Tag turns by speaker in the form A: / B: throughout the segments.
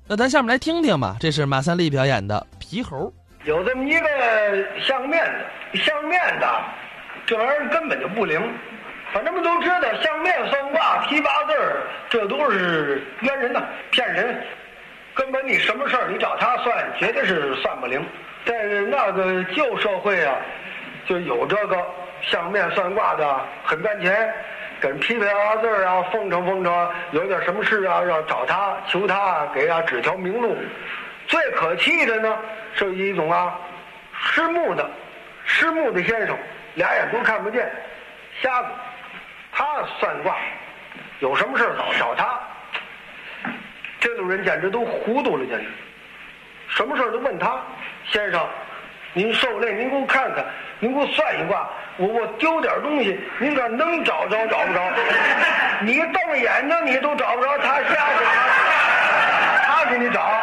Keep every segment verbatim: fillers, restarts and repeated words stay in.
A: 那咱下面来听听吧，这是马三立表演的皮猴。
B: 有这么一个相面的，相面的这玩意儿根本就不灵。反正我们都知道，相面算卦提八字儿，这都是冤人呐，骗人。根本你什么事儿你找他算，绝对是算不灵。在那个旧社会啊，就有这个相面算卦的很赚钱，跟批批八字儿啊，奉承奉承，有点什么事啊要找他求他给他指条明路。最可气的呢是一种啊失目的失目的先生，俩眼都看不见，瞎子，他算卦有什么事找找他。这种人简直都糊涂了，简直什么事都问他。先生您受累，您给我看看，您给我算一卦，我我丢点东西，您看能找着找不着？你瞪眼睛你都找不着，他瞎子他给你找，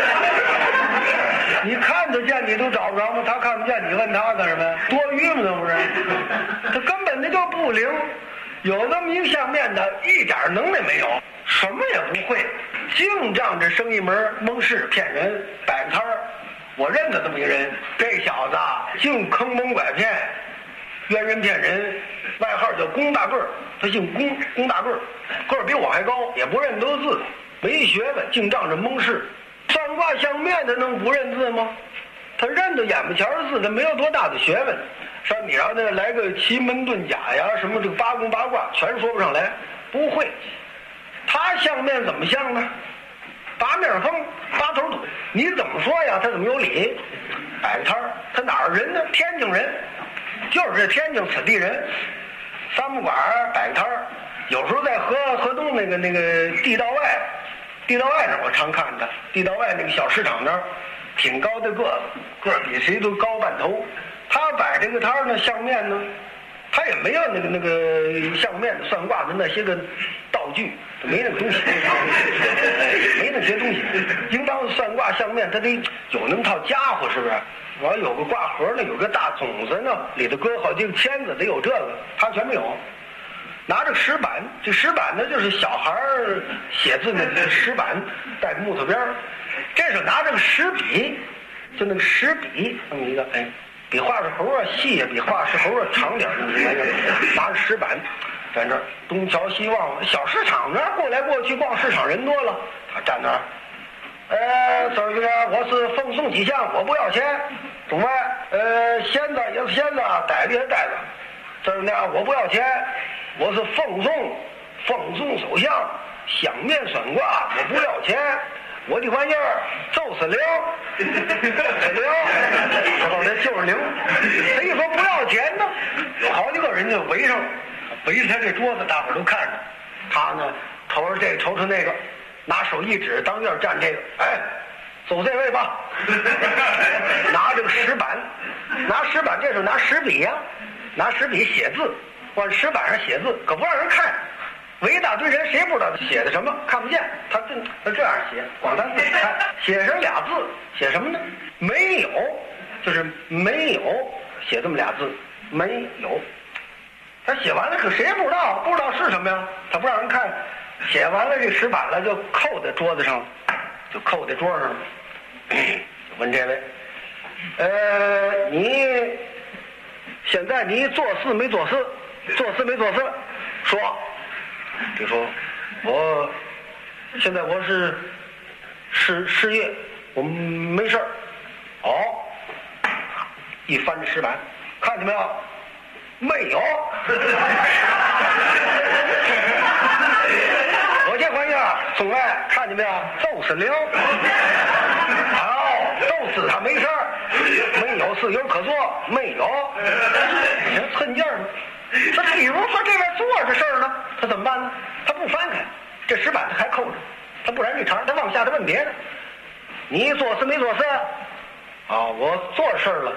B: 你看得见你都找不着吗？他看不见你问他干什么？多余吗？不是，他根本那就不灵。有那么一个相面的，一点能耐没有，什么也不会，净仗着生意门蒙事骗人摆个摊儿。我认得这么一个人，这小子净坑蒙拐骗，冤人骗人，外号叫龚大个儿，他姓龚，龚大个儿，个儿比我还高，也不认得字，没学问，净仗着蒙事。算卦相面他能不认字吗？他认得眼巴前的字，他没有多大的学问。说你让他来个奇门遁甲呀，什么这个八宫八卦，全说不上来，不会。他相面怎么相呢？八面风，八头土，你怎么说呀？他怎么有理？摆个摊儿，他哪儿人呢？天津人，就是这天津此地人。三不管摆个摊儿，有时候在河河东那个那个地道外，地道外那儿我常看他，地道外那个小市场那儿，挺高的个子，个儿比谁都高半头。他摆这个摊儿呢，相面呢，他也没有那个那个相面算卦的那些个道具，没那个东西，没那些东西。应当算卦相面，他得有那么套家伙，是不是？完有个卦盒呢，有个大种子呢，里头搁好几个签子，得有这个，他全没有。拿着石板，这石板呢就是小孩儿写字那个石板，带个木头边儿。这是拿着个石笔，就那个石笔那么一个，哎。比画石猴啊细，比画石猴啊长点儿，拿着石板在那儿东瞧西望。小市场那儿过来过去逛市场人多了，他站那儿，呃，这个我是奉送几项，我不要钱。懂吗？呃，仙子也是仙子，呆子也是呆子。这是那样，我不要钱，我是奉送奉送首相，相面算卦，我不要钱。我的玩意儿就是灵，灵，然后这就是灵。他一说不要钱呢，有好几个人就围上，围着他这桌子，大伙儿都看着。他呢，瞅着这个，瞅瞅那个，拿手一指，当院站这个，哎，走这位吧。拿这个石板，拿石板，这时候拿石笔呀、啊，拿石笔写字，往石板上写字，可不让人看。围一大堆人，谁不知道他写的什么？看不见，他这他这样写，光他自己看，写上俩字，写什么呢？没有，就是没有，写这么俩字，没有。他写完了，可谁也不知道，不知道是什么呀？他不让人看，写完了这石板了，就扣在桌子上，就扣在桌上了。就问这位，呃，你现在你做事没做事？做事没做事？说。就说我现在我是失失业，我没事儿。哦，一翻这石板，看见没有？没有。我这玩意儿，总爱看见没有？就是灵。好，就是他没事儿，没有事有可做，没有。这寸劲儿。那比如说这边做这事儿呢，他怎么办呢？他不翻开，这石板他还扣着，他不然这茬他往下他问别的。你做事没做事？啊，我做事了。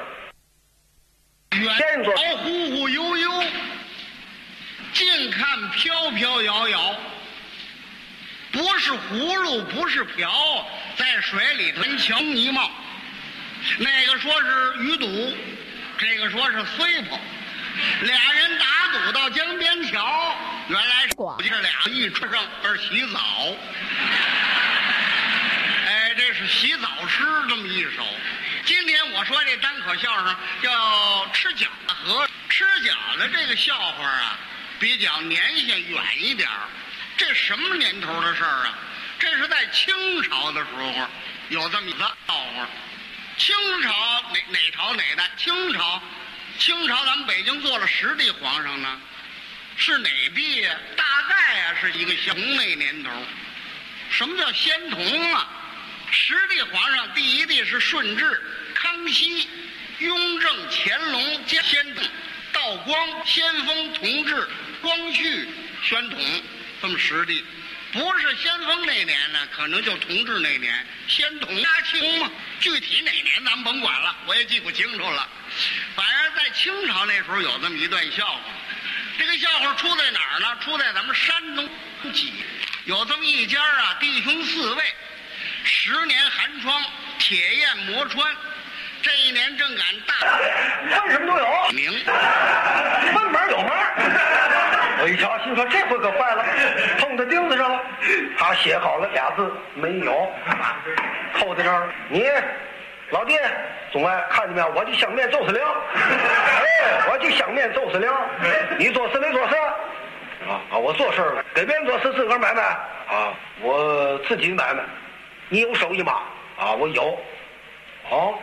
B: 先做。
C: 忽忽悠悠，近看飘飘摇摇，不是葫芦，不是瓢，在水里头瞧泥貌。那个说是鱼肚，这个说是碎泡。俩人打赌到江边桥，原来是这俩一穿上边洗澡。哎， 是洗澡诗这么一首。今天我说这单口相声叫吃饺子和吃饺子这个笑话啊，比较年限远一点。这什么年头的事儿啊？这是在清朝的时候有这么一个笑话。清朝哪哪朝哪代？清朝，清朝咱们北京做了十帝皇上呢，是哪帝呀？大概啊是一个先童那年头。什么叫先童啊？十帝皇上第一帝是顺治、康熙、雍正、乾隆、嘉先统、道光、先锋、同治、光绪、宣统，这么十帝。不是先锋那年呢，可能就同治那年，先统嘉庆嘛。具体哪年咱们甭管了，我也记不清楚了。反正在清朝那时候有这么一段笑话，这个笑话出在哪儿呢？出在咱们山东济，有这么一家啊，弟兄四位，十年寒窗，铁砚磨穿，这一年正赶大，
B: 问什么都有，
C: 明
B: 问门有门。我一瞧，心说这回可坏了，碰到钉子上了。他写好了俩字没有，扣在这儿。你老弟，总爱看见没有？我的香面周司令，哎，我的香面周司令，你做事没做事？啊啊，我做事了，给别人做事自个儿买卖啊，我自己买卖。你有手艺吗？啊，我有。哦，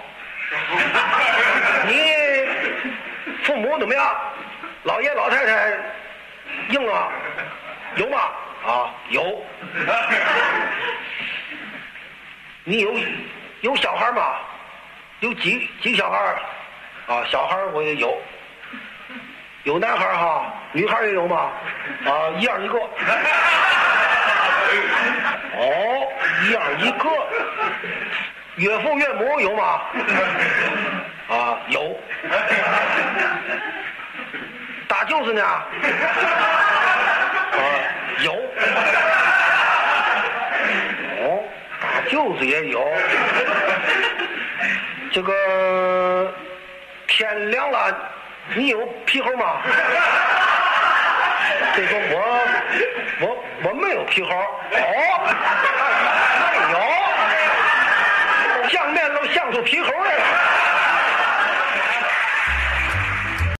B: 你父母怎么样？老爷老太太硬啊？有吗？啊，有。你有有小孩吗？有几几小孩？啊，小孩我也有。有男孩哈，女孩也有吗？啊，一样一个。哦，一样一个。岳父岳母有吗？啊，有。大舅子呢？啊，有。哦，大舅子也有。这个天凉了，你有皮猴吗？这个我我我没有皮猴。哦，没有。相面都相出皮猴来了。